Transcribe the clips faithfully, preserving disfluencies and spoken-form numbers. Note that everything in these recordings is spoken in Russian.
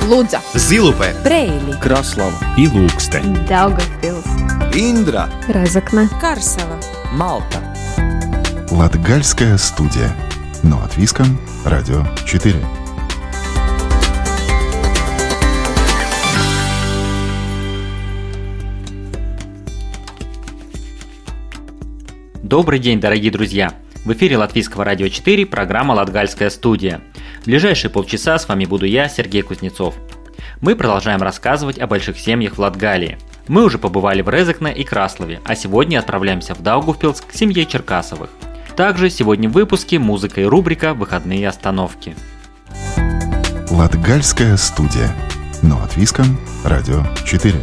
Лудза, Зилупе, Брейли, Краслава и Лукстē, Daugavpils, Индра, Разокне, Карсела, Малта. Латгальская студия. Но от Виском, Радио четыре. Добрый день, дорогие друзья! В эфире Латвийского радио четыре, программа «Латгальская студия». В ближайшие полчаса с вами буду я, Сергей Кузнецов. Мы продолжаем рассказывать о больших семьях в Латгалии. Мы уже побывали в Резекне и Краслове, а сегодня отправляемся в Даугавпилс к семье Черкасовых. Также сегодня в выпуске музыка и рубрика «Выходные остановки». Латгальская студия. Но от Виском, Радио четыре.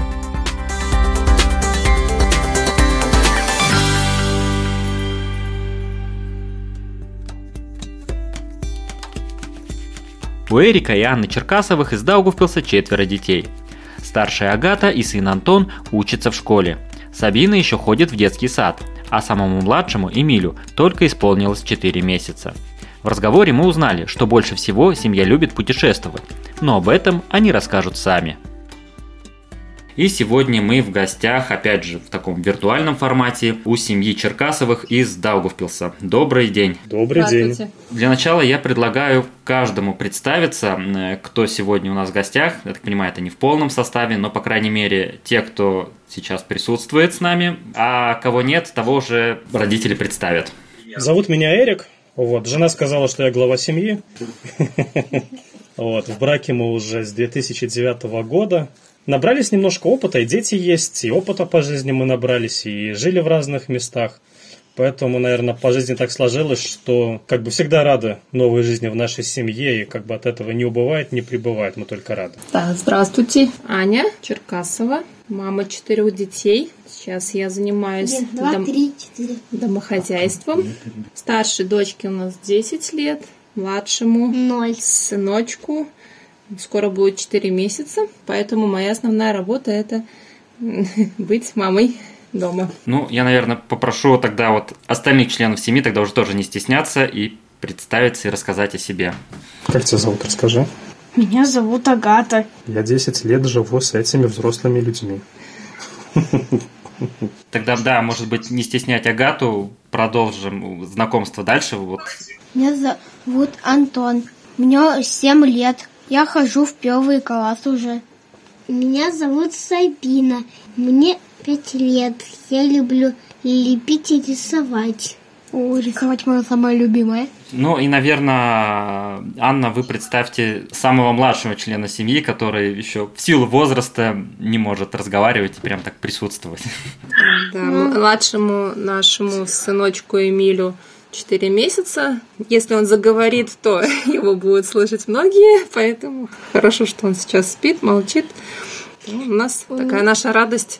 У Эрика и Анны Черкасовых из Даугавпилса четверо детей. Старшая Агата и сын Антон учатся в школе. Сабина еще ходит в детский сад, а самому младшему, Эмилю, только исполнилось четыре месяца. В разговоре мы узнали, что больше всего семья любит путешествовать, но об этом они расскажут сами. И сегодня мы в гостях, опять же, в таком виртуальном формате, у семьи Черкасовых из Даугавпилса. Добрый день. Добрый день. Для начала я предлагаю каждому представиться, кто сегодня у нас в гостях. Я так понимаю, это не в полном составе, но, по крайней мере, те, кто сейчас присутствует с нами, а кого нет, того же родители представят. Зовут меня Эрик. Вот, жена сказала, что я глава семьи. Вот, в браке мы уже с две тысячи девятого года. Набрались немножко опыта, и дети есть, и опыта по жизни мы набрались, и жили в разных местах. Поэтому, наверное, по жизни так сложилось, что как бы всегда рады новой жизни в нашей семье, и как бы от этого не убывает, не прибывает, мы только рады. Да, здравствуйте. Аня Черкасова, мама четырех детей. Сейчас я занимаюсь Один, два, дом... три, четыре. домохозяйством. Старшей дочке у нас десять лет, младшему Ноль. сыночку скоро будет четыре месяца, поэтому моя основная работа – это быть мамой дома. Ну, я, наверное, попрошу тогда вот остальных членов семьи тогда уже тоже не стесняться и представиться и рассказать о себе. Как тебя зовут, расскажи. Меня зовут Агата. Я десять лет живу с этими взрослыми людьми. Тогда, да, может быть, не стеснять Агату, продолжим знакомство дальше. Вот. Меня зовут Антон. Мне семь лет. Я хожу в первый класс уже. Меня зовут Сабина. Мне пять лет. Я люблю лепить и рисовать. О, рисовать моя самая любимая. Ну и, наверное, Анна, вы представьте самого младшего члена семьи, который еще в силу возраста не может разговаривать и прям так присутствовать. Да, младшему нашему сыночку Эмилю четыре месяца. Если он заговорит, то его будут слышать многие, поэтому хорошо, что он сейчас спит, молчит. У нас такая наша радость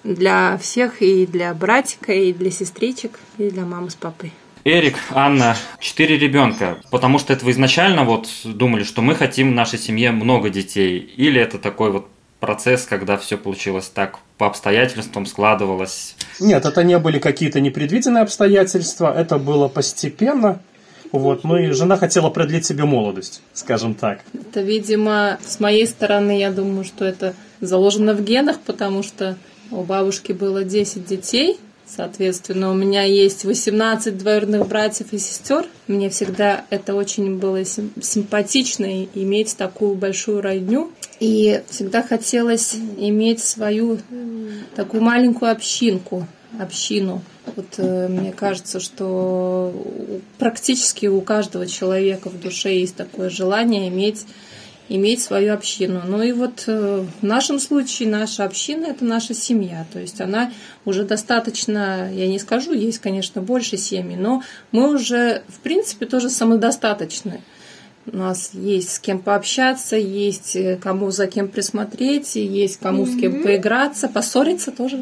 для всех, и для братика, и для сестричек, и для мамы с папой. Эрик, Анна, четыре ребенка, потому что это вы изначально вот думали, что мы хотим в нашей семье много детей, или это такой вот процесс, когда все получилось так по обстоятельствам складывалось? Нет, это не были какие-то непредвиденные обстоятельства, это было постепенно. Вот, ну и жена хотела продлить себе молодость, скажем так. Это, видимо, с моей стороны, я думаю, что это заложено в генах, потому что у бабушки было десять детей. Соответственно, у меня есть восемнадцать двоюродных братьев и сестер. Мне всегда это очень было симпатично, иметь такую большую родню. И всегда хотелось иметь свою такую маленькую общинку, общину. Вот э, мне кажется, что практически у каждого человека в душе есть такое желание иметь, иметь свою общину. Ну и вот э, в нашем случае наша община – это наша семья. То есть она уже достаточно, я не скажу, есть, конечно, больше семьи, но мы уже, в принципе, тоже самодостаточны. У нас есть с кем пообщаться, есть кому за кем присмотреть, есть кому mm-hmm. с кем поиграться, поссориться тоже.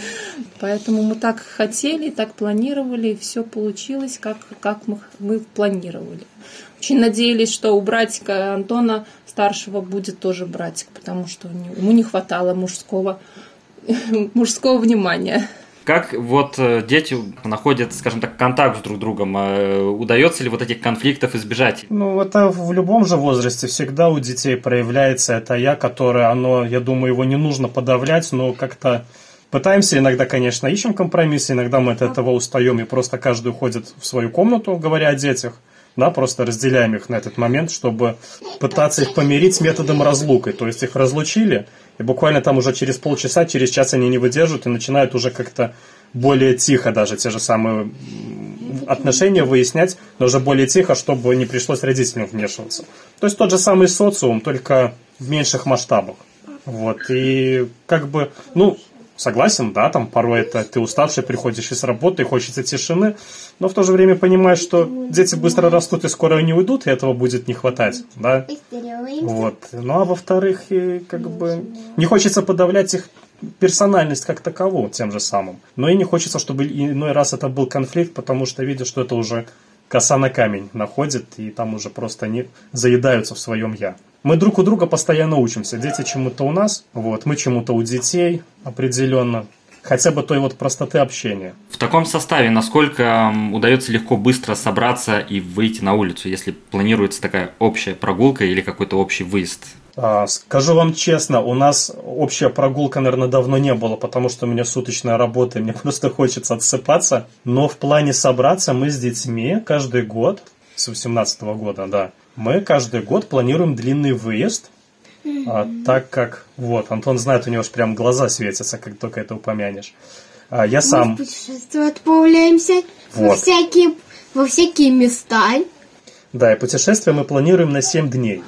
Поэтому мы так хотели, так планировали, и все получилось, как, как мы, мы планировали. Очень надеялись, что у братика Антона старшего будет тоже братик, потому что ему не хватало мужского, мужского внимания. Как вот дети находят, скажем так, контакт с друг другом? Удается ли вот этих конфликтов избежать? Ну, это в любом же возрасте всегда у детей проявляется это я, которое, оно, я думаю, его не нужно подавлять, но как-то пытаемся иногда, конечно, ищем компромиссы, иногда мы от этого устаем и просто каждый уходит в свою комнату, говоря о детях. Да, просто разделяем их на этот момент, чтобы пытаться их помирить методом разлуки. То есть их разлучили, и буквально там уже через полчаса, через час они не выдерживают и начинают уже как-то более тихо даже те же самые отношения выяснять, но уже более тихо, чтобы не пришлось родителям вмешиваться. То есть тот же самый социум, только в меньших масштабах. Вот, и как бы, ну... Согласен, да, там порой это ты уставший, приходишь из работы, и хочется тишины, но в то же время понимаешь, что дети быстро растут и скоро они уйдут, и этого будет не хватать, да. Вот. Ну а во-вторых, и как бы не хочется подавлять их персональность как таковую тем же самым. Но и не хочется, чтобы иной раз это был конфликт, потому что видишь, что это уже коса на камень находит, и там уже просто они заедаются в своем «я». Мы друг у друга постоянно учимся. Дети чему-то у нас, вот, мы чему-то у детей определенно. Хотя бы той вот простоты общения. В таком составе насколько удается легко быстро собраться и выйти на улицу, если планируется такая общая прогулка или какой-то общий выезд? А, скажу вам честно, у нас общая прогулка, наверное, давно не было, потому что у меня суточная работа, и мне просто хочется отсыпаться. Но в плане собраться мы с детьми каждый год, с восемнадцатого года, да, мы каждый год планируем длинный выезд, а, так как, вот, Антон знает, у него же прям глаза светятся, как только это упомянешь. А, я сам... Мы в путешествие отправляемся вот. во, всякие, во всякие места. Да, и путешествие мы планируем на семь дней.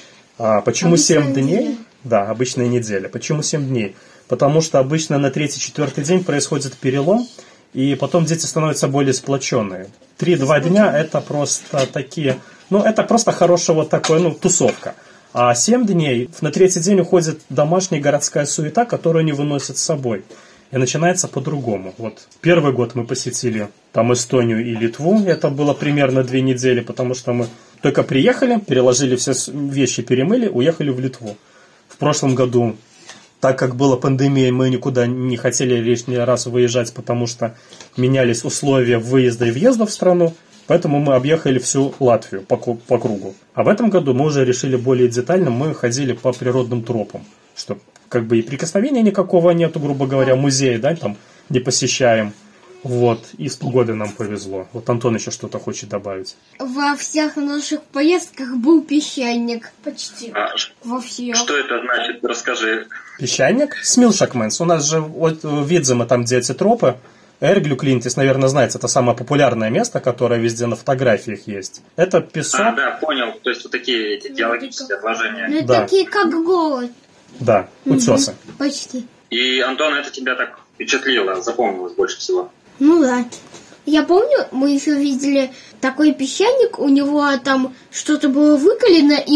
А, почему семь дней? Неделя. Да, обычная неделя. Почему семь дней? Потому что обычно на третий-четвертый день происходит перелом, и потом дети становятся более сплоченные. Три-два дня это просто такие... Ну, это просто хорошая вот такая, ну, тусовка. А семь дней, на третий день уходит домашняя городская суета, которую они выносят с собой. И начинается по-другому. Вот первый год мы посетили там Эстонию и Литву. Это было примерно две недели, потому что мы только приехали, переложили все вещи, перемыли, уехали в Литву. В прошлом году, так как была пандемия, мы никуда не хотели лишний раз выезжать, потому что менялись условия въезда и въезда в страну. Поэтому мы объехали всю Латвию по, по кругу. А в этом году мы уже решили более детально, мы ходили по природным тропам. Что как бы и прикосновения никакого нету, грубо говоря, музея, да, там не посещаем. Вот, и с погодой нам повезло. Вот Антон еще что-то хочет добавить. Во всех наших поездках был песчаник. Почти. А, Во всех. Что это значит? Расскажи. Песчаник? Смилшакменс. У нас же вот в Видземе там, где эти тропы. Эрглюклинтис, наверное, знаете, это самое популярное место, которое везде на фотографиях есть. Это песок. А, да, понял. То есть вот такие эти геологические отложения. Ну, да. Такие, как город. Да, утесы. Угу, почти. И, Антон, это тебя так впечатлило, запомнилось больше всего? Ну да. Я помню, мы еще видели такой песчаник, у него там что-то было выколено, и,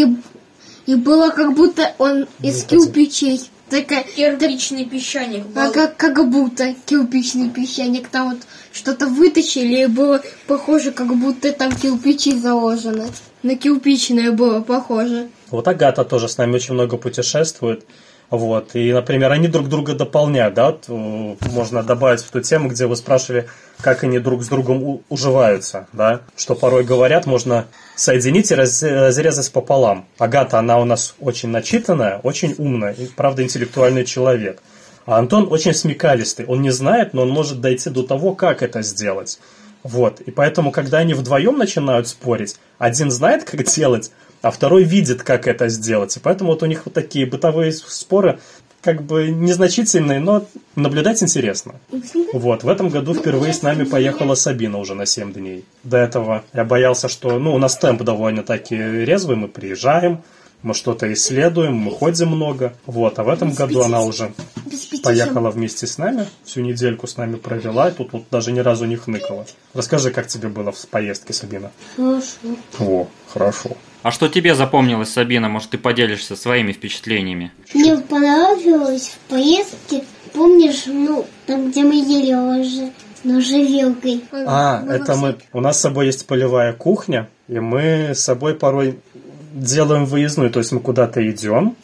и было как будто он из кирпичей. Такая, кирпичный так, песчаник был. А как, как будто кирпичный песчаник. Там вот что-то вытащили, и было похоже, как будто там кирпичи заложены. На кирпичное было похоже. Вот Агата тоже с нами очень много путешествует. Вот. И, например, они друг друга дополняют. Да? Вот, можно добавить в ту тему, где вы спрашивали, как они друг с другом у- уживаются. Да? Что порой говорят, можно соединить и раз- разрезать пополам. Агата, она у нас очень начитанная, очень умная и, правда, интеллектуальный человек. А Антон очень смекалистый. Он не знает, но он может дойти до того, как это сделать. Вот. И поэтому, когда они вдвоем начинают спорить, один знает, как делать, а второй видит, как это сделать. И поэтому вот у них вот такие бытовые споры, как бы незначительные, но наблюдать интересно. Вот, в этом году впервые с нами поехала Сабина уже на семь дней. До этого я боялся, что, ну, у нас темп довольно-таки резвый, мы приезжаем, мы что-то исследуем, мы ходим много. Вот, а в этом году она уже поехала вместе с нами, всю недельку с нами провела, и тут вот даже ни разу не хныкала. Расскажи, как тебе было в поездке, Сабина? Хорошо. О, хорошо. А что тебе запомнилось, Сабина? Может, ты поделишься своими впечатлениями? Мне понравилось в поездке, помнишь, ну, там, где мы ели уже ножевилкой. А, мы это мы... У нас с собой есть полевая кухня, и мы с собой порой делаем выездную, то есть мы куда-то идем,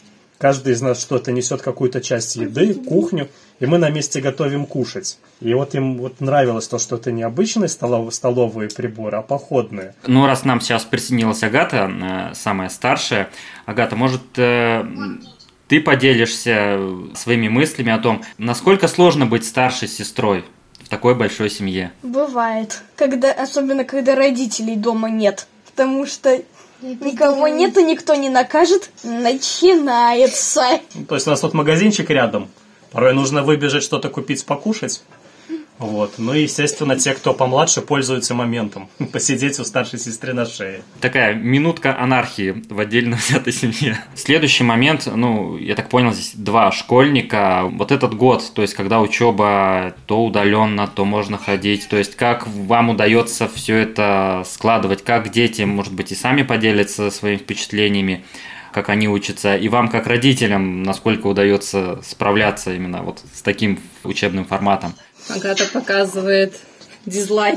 каждый из нас что-то несет, какую-то часть еды, кухню, и мы на месте готовим кушать. И вот им вот нравилось то, что это не обычные столовые, столовые приборы, а походные. Ну, раз нам сейчас присоединилась Агата, самая старшая, Агата, может, ты поделишься своими мыслями о том, насколько сложно быть старшей сестрой в такой большой семье? Бывает, когда, особенно когда родителей дома нет, потому что никого нет и никто не накажет, начинается. То есть у нас тут магазинчик рядом, порой нужно выбежать что-то купить, покушать. Вот. Ну и, естественно, те, кто помладше, пользуются моментом. Посидеть у старшей сестры на шее. Такая минутка анархии в отдельно взятой семье. Следующий момент, ну, я так понял, здесь два школьника. Вот этот год, то есть, когда учеба то удаленно, то можно ходить. То есть, как вам удается все это складывать? Как дети, может быть, и сами поделятся своими впечатлениями, как они учатся, и вам, как родителям, насколько удается справляться именно вот с таким учебным форматом? Агата показывает дизлайк.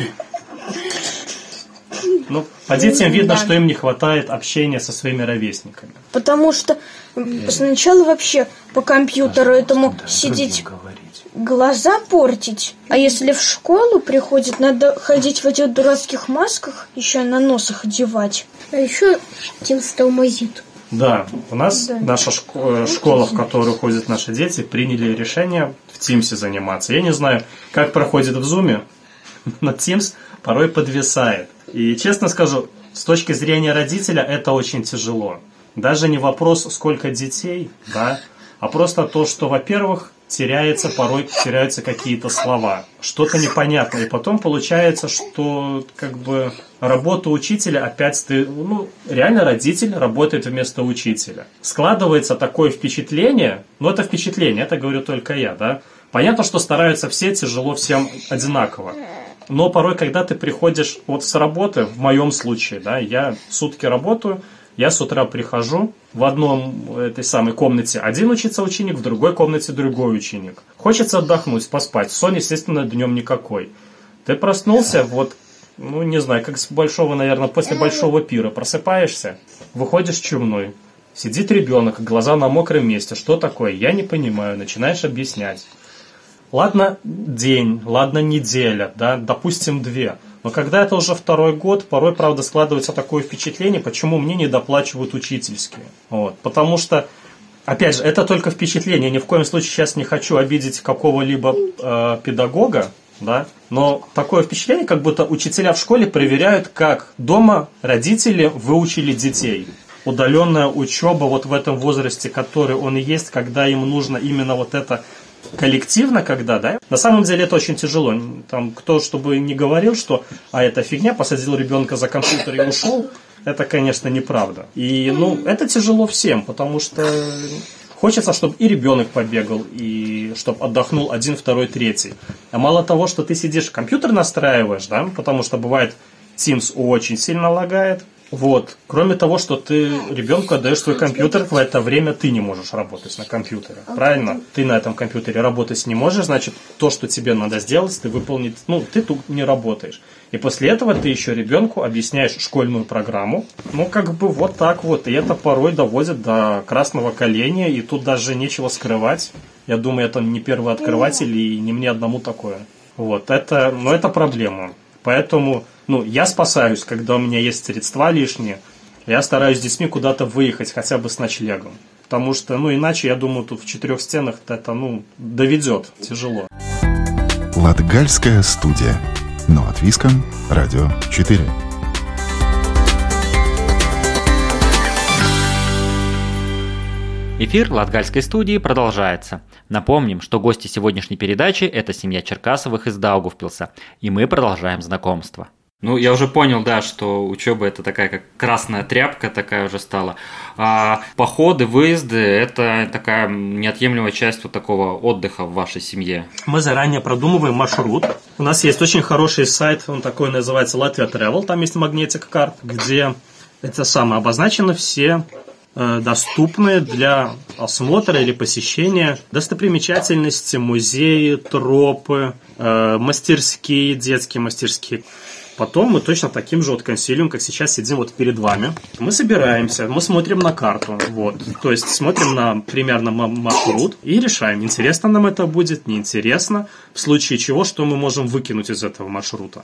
Ну, по детям видно, да, что им не хватает общения со своими ровесниками. Потому что сначала вообще по компьютеру этому сидеть, глаза портить. А если в школу приходит, надо ходить в этих дурацких масках, еще на носах одевать. А еще Teams тормозит. Да, у нас да. наша школа, школа, в которую ходят наши дети, приняли решение в Teams заниматься. Я не знаю, как проходит в Zoom, но Teams порой подвисает. И честно скажу, с точки зрения родителя это очень тяжело. Даже не вопрос, сколько детей, да, а просто то, что, во-первых, теряется, порой теряются какие-то слова, что-то непонятное. И потом получается, что как бы работа учителя опять, ну, реально родитель работает вместо учителя. Складывается такое впечатление, ну это впечатление, это говорю только я, да. Понятно, что стараются все, тяжело всем одинаково. Но порой, когда ты приходишь вот с работы, в моем случае, да, я сутки работаю, я с утра прихожу, в одном этой самой комнате один учится ученик, в другой комнате другой ученик. Хочется отдохнуть, поспать. Сон, естественно, днем никакой. Ты проснулся, вот, ну, не знаю, как с большого, наверное, после большого пира. Просыпаешься, выходишь чумной. Сидит ребенок, глаза на мокром месте. Что такое? Я не понимаю. Начинаешь объяснять. Ладно день, ладно неделя, да, допустим две. Но когда это уже второй год, порой, правда, складывается такое впечатление, почему мне не доплачивают учительские. Вот. Потому что, опять же, это только впечатление. Ни в коем случае сейчас не хочу обидеть какого-либо э, педагога, да, но такое впечатление, как будто учителя в школе проверяют, как дома родители выучили детей. Удаленная учеба вот в этом возрасте, который он и есть, когда им нужно именно вот это коллективно, когда, да, на самом деле это очень тяжело. Там кто чтобы не говорил, что а это фигня, посадил ребенка за компьютер и ушел, это, конечно, неправда. И, ну, это тяжело всем, потому что хочется, чтобы и ребенок побегал, и чтобы отдохнул один, второй, третий. А мало того, что ты сидишь, компьютер настраиваешь, да, потому что бывает Teams очень сильно лагает. Вот. Кроме того, что ты ребенку отдаешь свой компьютер, в это время ты не можешь работать на компьютере. Правильно? Ты на этом компьютере работать не можешь, значит, то, что тебе надо сделать, ты выполнить, ну, ты тут не работаешь. И после этого ты еще ребенку объясняешь школьную программу. Ну, как бы вот так вот. И это порой доводит до красного коленя, и тут даже нечего скрывать. Я думаю, это не первый открыватель, и не мне одному такое. Вот. Это, ну, это проблема. Поэтому, ну, я спасаюсь, когда у меня есть средства лишние. Я стараюсь с детьми куда-то выехать, хотя бы с ночлегом. Потому что, ну, иначе, я думаю, тут в четырех стенах это, ну, доведет тяжело. Латгальская студия. Но от Виском. Радио четыре. Эфир Латгальской студии продолжается. Напомним, что гости сегодняшней передачи – это семья Черкасовых из Даугавпилса, и мы продолжаем знакомство. Ну, я уже понял, да, что учеба – это такая, как красная тряпка такая уже стала. А походы, выезды – это такая неотъемлемая часть вот такого отдыха в вашей семье. Мы заранее продумываем маршрут. У нас есть очень хороший сайт, он такой называется Latvia Travel, там есть магнитик карт, где это самое обозначено все доступные для осмотра или посещения достопримечательности, музеи, тропы, мастерские, детские мастерские. Потом мы точно таким же вот консилиум, как сейчас сидим вот перед вами. Мы собираемся, мы смотрим на карту, вот. То есть смотрим на примерно маршрут и решаем, интересно нам это будет, неинтересно, в случае чего, что мы можем выкинуть из этого маршрута.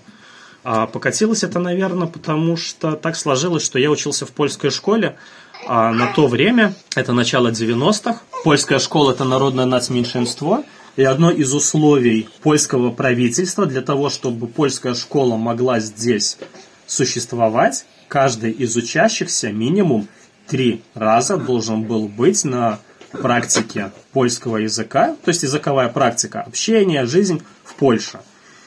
А покатилось это, наверное, потому что так сложилось, что я учился в польской школе, а на то время, это начало девяностых, польская школа – это народное нацменьшинство. И одно из условий польского правительства для того, чтобы польская школа могла здесь существовать, каждый из учащихся минимум три раза должен был быть на практике польского языка, то есть языковая практика, общение, жизнь в Польше.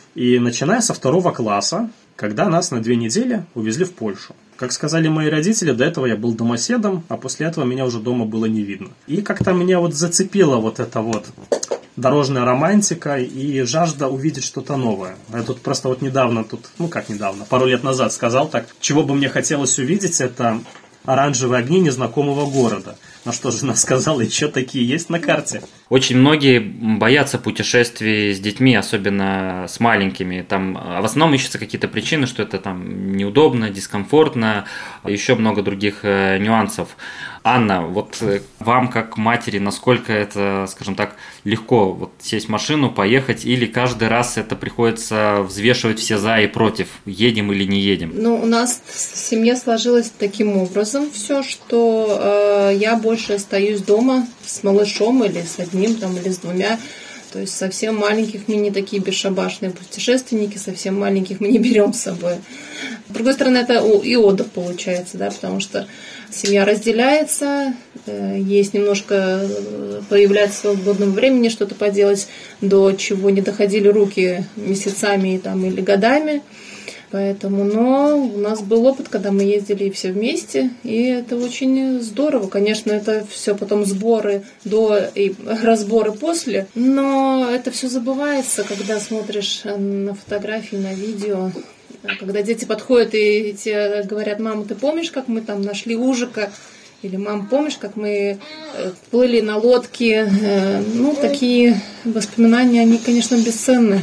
И начиная со второго класса, когда нас на две недели увезли в Польшу. Как сказали мои родители, до этого я был домоседом, а после этого меня уже дома было не видно. И как-то меня вот зацепила вот эта вот дорожная романтика и жажда увидеть что-то новое. Я тут просто вот недавно, тут, ну как недавно, пару лет назад сказал так, чего бы мне хотелось увидеть, это оранжевые огни незнакомого города. На что жена сказала, еще такие есть на карте. Очень многие боятся путешествий с детьми, особенно с маленькими. Там в основном ищутся какие-то причины, что это там неудобно, дискомфортно, еще много других э, нюансов. Анна, вот вам как матери, насколько это, скажем так, легко вот сесть в машину, поехать, или каждый раз это приходится взвешивать все за и против, едем или не едем? Ну, у нас в семье сложилось таким образом все, что э, я больше остаюсь дома с малышом или с одним там, или с двумя. То есть совсем маленьких мы не такие бесшабашные путешественники, совсем маленьких мы не берем с собой. С другой стороны, это и отдых получается, да, потому что семья разделяется, есть немножко, появляется свободного времени что-то поделать, до чего не доходили руки месяцами там, или годами. Поэтому, но у нас был опыт, когда мы ездили все вместе, и это очень здорово. Конечно, это все потом сборы до и разборы после, но это все забывается, когда смотришь на фотографии, на видео. Когда дети подходят и тебе говорят: мама, ты помнишь, как мы там нашли ужика? Или мам, помнишь, как мы плыли на лодке? Ну, такие воспоминания, они, конечно, бесценны.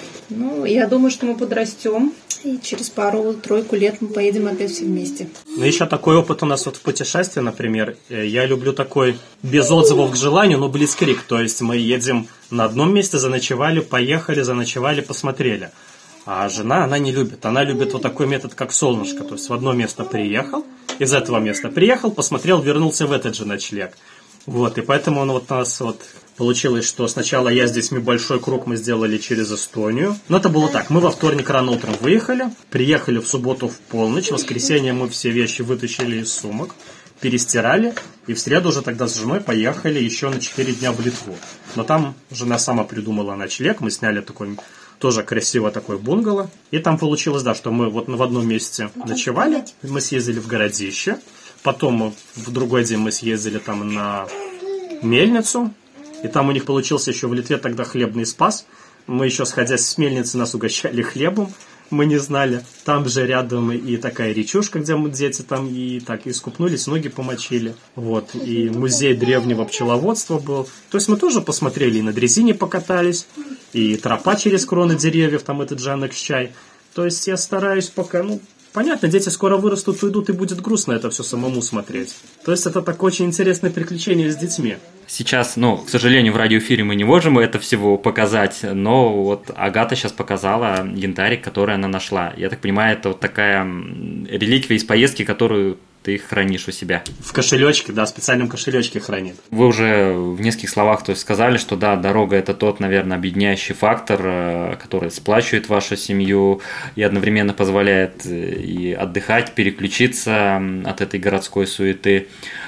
Ну, я думаю, что мы подрастем, и через пару-тройку лет мы поедем опять все вместе. Ну, еще такой опыт у нас вот в путешествии, например. Я люблю такой без отзывов к желанию, но блицкриг. То есть мы едем на одном месте, заночевали, поехали, заночевали, посмотрели. А жена, она не любит. Она любит вот такой метод, как солнышко. То есть в одно место приехал, из этого места приехал, посмотрел, вернулся в этот же ночлег. Вот, и поэтому он вот у нас вот получилось, что сначала я с детьми большой круг мы сделали через Эстонию. Но это было так, мы во вторник рано утром выехали, приехали в субботу в полночь, в воскресенье мы все вещи вытащили из сумок, перестирали, и в среду уже тогда с женой поехали еще на четыре дня в Литву. Но там жена сама придумала ночлег, мы сняли такой тоже красиво такой бунгало. И там получилось, да, что мы вот в одном месте ночевали, мы съездили в городище. Потом в другой день мы съездили там на мельницу, и там у них получился еще в Литве тогда хлебный спас. Мы еще, сходя с мельницы, нас угощали хлебом, мы не знали. Там же рядом и такая речушка, где мы дети там и так искупнулись, ноги помочили. Вот, и музей древнего пчеловодства был. То есть мы тоже посмотрели, и на дрезине покатались, и тропа через кроны деревьев, там этот Жанекс-чай. То есть я стараюсь пока, ну, понятно, дети скоро вырастут, уйдут, и будет грустно это все самому смотреть. То есть это такое очень интересное приключение с детьми. Сейчас, ну, к сожалению, в радиоэфире мы не можем это всего показать, но вот Агата сейчас показала янтарик, который она нашла. Я так понимаю, это вот такая реликвия из поездки, которую ты хранишь у себя. В кошелечке, да, в специальном кошелечке хранит. Вы уже в нескольких словах, то есть, сказали, что да, дорога – это тот, наверное, объединяющий фактор, который сплачивает вашу семью и одновременно позволяет и отдыхать, переключиться от этой городской суеты.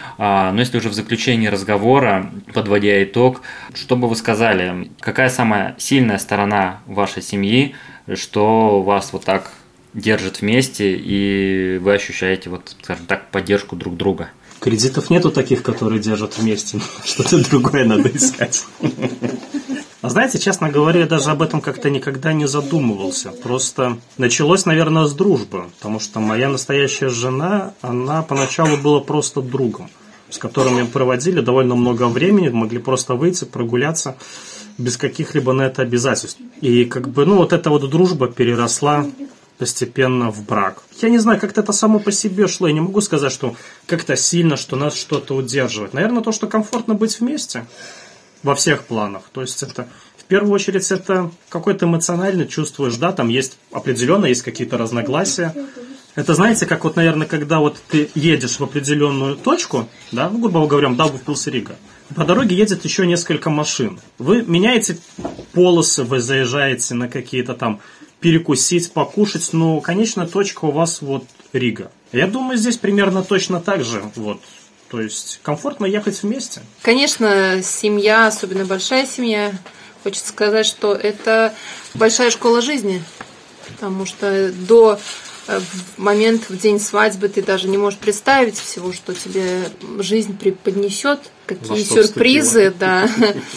Но если уже в заключении разговора, подводя итог, что бы вы сказали, какая самая сильная сторона вашей семьи, что вас вот так держит вместе, и вы ощущаете, вот, скажем так, поддержку друг друга? Кредитов нету таких, которые держат вместе. Что-то другое надо искать. А знаете, честно говоря, я даже об этом как-то никогда не задумывался. Просто началось, наверное, с дружбы. Потому что моя настоящая жена, она поначалу была просто другом, с которым мы проводили довольно много времени, могли просто выйти, прогуляться без каких-либо на это обязательств. И как бы, ну, вот эта вот дружба переросла постепенно в брак. Я не знаю, как-то это само по себе шло. Я не могу сказать, что как-то сильно, что нас что-то удерживает. Наверное, то, что комфортно быть вместе во всех планах. То есть это, в первую очередь, это какой-то эмоционально чувствуешь, да, там есть определенно, есть какие-то разногласия. Это, знаете, как вот, наверное, когда вот ты едешь в определенную точку, да, ну, грубо говоря, Даугавпилс-Рига, по дороге едет еще несколько машин. Вы меняете полосы, вы заезжаете на какие-то там перекусить, покушать, но конечная точка у вас вот Рига. Я думаю, здесь примерно точно так же, вот. То есть комфортно ехать вместе. Конечно, семья, особенно большая семья, хочется сказать, что это большая школа жизни, потому что до в момент, в день свадьбы ты даже не можешь представить всего, что тебе жизнь преподнесет, какие сюрпризы, да.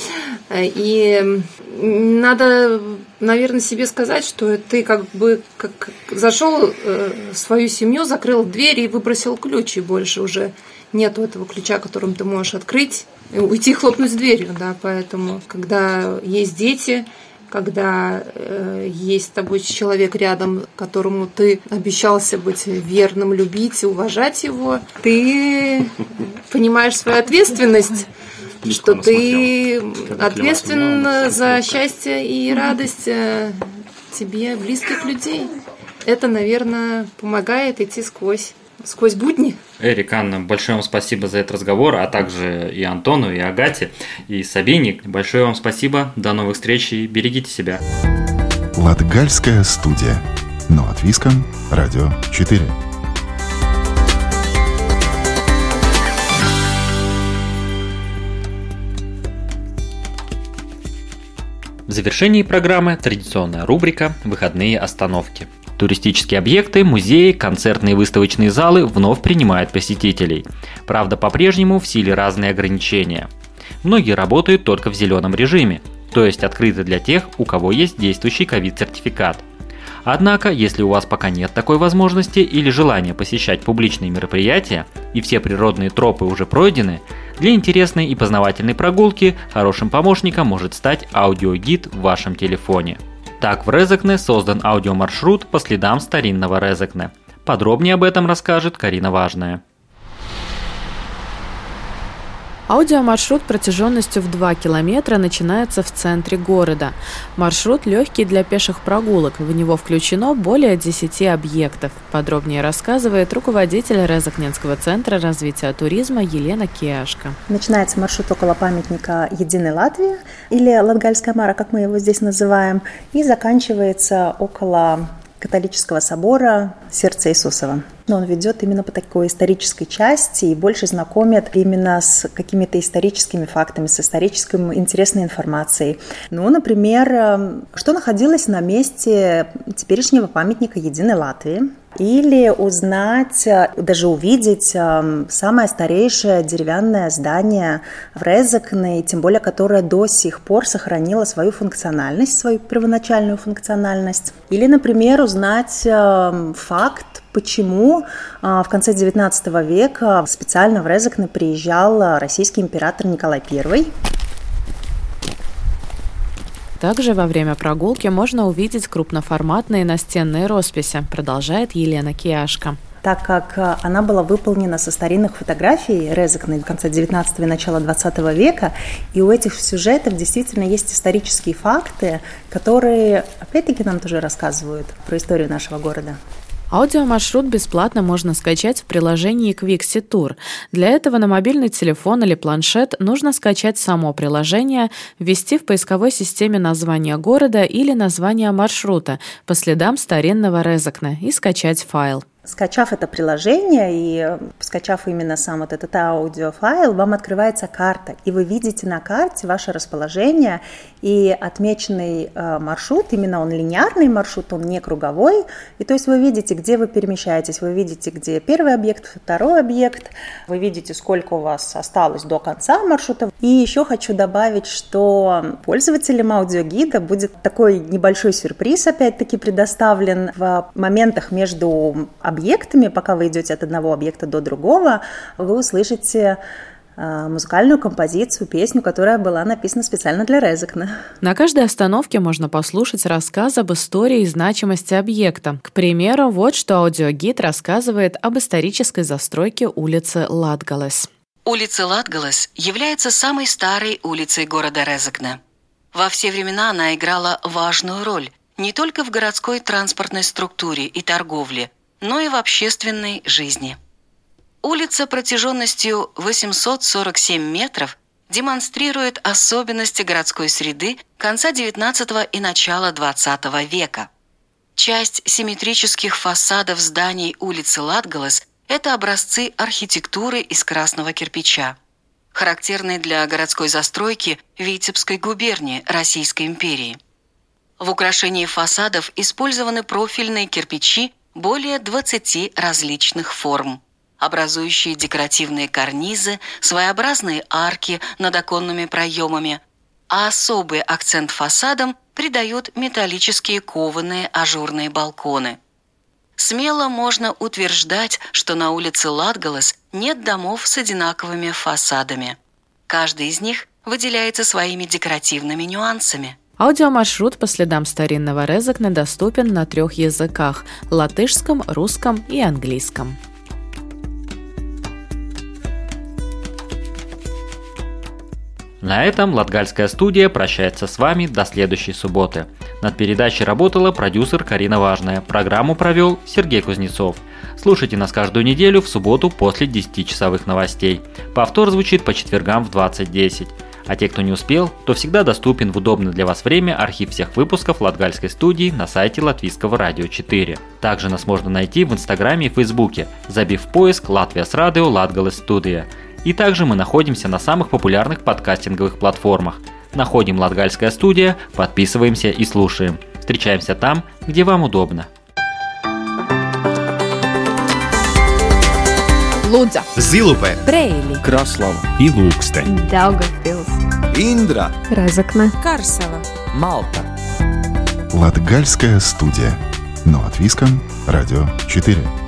И надо, наверное, себе сказать, что ты как бы как зашел в свою семью, закрыл дверь и выбросил ключ, и больше уже нету этого ключа, которым ты можешь открыть, и уйти, хлопнуть дверью, да. Поэтому, когда есть дети, когда э, есть с тобой человек рядом, которому ты обещался быть верным, любить, уважать его, ты понимаешь свою ответственность, что ты ответственен за счастье и радость тебе близких людей. Это, наверное, помогает идти сквозь сквозь будни. Эрик, Анна, большое вам спасибо за этот разговор, а также и Антону, и Агате, и Сабине. Большое вам спасибо. До новых встреч и берегите себя. Латгальская студия. Но от Виском. Радио четыре. В завершении программы традиционная рубрика «Выходные остановки». Туристические объекты, музеи, концертные и выставочные залы вновь принимают посетителей. Правда, по-прежнему в силе разные ограничения. Многие работают только в зеленом режиме, то есть открыты для тех, у кого есть действующий ковид-сертификат. Однако, если у вас пока нет такой возможности или желания посещать публичные мероприятия, и все природные тропы уже пройдены, для интересной и познавательной прогулки хорошим помощником может стать аудиогид в вашем телефоне. Так, в Резекне создан аудиомаршрут по следам старинного Резекне. Подробнее об этом расскажет Карина Важная. Аудиомаршрут протяженностью в два километра начинается в центре города. Маршрут легкий для пеших прогулок, в него включено более десяти объектов. Подробнее рассказывает руководитель Резекненского центра развития туризма Елена Киашко. Начинается маршрут около памятника Единой Латвии, или Латгальская Мара, как мы его здесь называем, и заканчивается около католического собора Сердца Иисусова. Но он ведет именно по такой исторической части и больше знакомит именно с какими-то историческими фактами, с исторической интересной информацией. Ну, например, что находилось на месте теперешнего памятника Единой Латвии. Или узнать, даже увидеть самое старейшее деревянное здание в Резекне, тем более, которое до сих пор сохранило свою функциональность, свою первоначальную функциональность. Или, например, узнать факт, почему в конце девятнадцатого века специально в Резекне приезжал российский император Николай Первый. Также во время прогулки можно увидеть крупноформатные настенные росписи, продолжает Елена Киашко. Так как она была выполнена со старинных фотографий Резекне конца девятнадцатого и начала двадцатого века, и у этих сюжетов действительно есть исторические факты, которые, опять-таки, нам тоже рассказывают про историю нашего города. Аудиомаршрут бесплатно можно скачать в приложении Quixi Tour. Для этого на мобильный телефон или планшет нужно скачать само приложение, ввести в поисковой системе название города или название маршрута по следам старинного Резекне и скачать файл. Скачав это приложение и скачав именно сам вот этот аудиофайл, вам открывается карта, и вы видите на карте ваше расположение, и отмеченный э, маршрут, именно он линейный маршрут, он не круговой, и то есть вы видите, где вы перемещаетесь, вы видите, где первый объект, второй объект, вы видите, сколько у вас осталось до конца маршрута. И еще хочу добавить, что пользователям аудиогида будет такой небольшой сюрприз, опять-таки, предоставлен в моментах между объектами, пока вы идете от одного объекта до другого, вы услышите музыкальную композицию, песню, которая была написана специально для Резекне. На каждой остановке можно послушать рассказ об истории и значимости объекта. К примеру, вот что аудиогид рассказывает об исторической застройке улицы Латгалес. Улица Латгалес является самой старой улицей города Резекне. Во все времена она играла важную роль не только в городской транспортной структуре и торговле, но и в общественной жизни. Улица протяженностью восемьсот сорок семь метров демонстрирует особенности городской среды конца девятнадцатого и начала двадцатого века. Часть симметрических фасадов зданий улицы Латгалес – это образцы архитектуры из красного кирпича, характерные для городской застройки Витебской губернии Российской империи. В украшении фасадов использованы профильные кирпичи более двадцати различных форм, образующие декоративные карнизы, своеобразные арки над оконными проемами, а особый акцент фасадам придают металлические кованые ажурные балконы. Смело можно утверждать, что на улице Латгалес нет домов с одинаковыми фасадами. Каждый из них выделяется своими декоративными нюансами. Аудиомаршрут по следам старинного Резекне доступен на трех языках – латышском, русском и английском. На этом Латгальская студия прощается с вами до следующей субботы. Над передачей работала продюсер Карина Важная. Программу провел Сергей Кузнецов. Слушайте нас каждую неделю в субботу после десятичасовых новостей. Повтор звучит по четвергам в двадцать десять. А те, кто не успел, то всегда доступен в удобное для вас время архив всех выпусков Латгальской студии на сайте Латвийского радио четыре. Также нас можно найти в Инстаграме и Фейсбуке, забив в поиск «Латвияс радио Латгалес студия». И также мы находимся на самых популярных подкастинговых платформах. Находим «Латгальская студия», подписываемся и слушаем. Встречаемся там, где вам удобно. Лудза, Зилупе, Брейли, Краслава и Лукстен, Даугавпилс, Индра, Резекне, Карсела, Малта. Латгальская студия. Но от Виска, Радио четыре.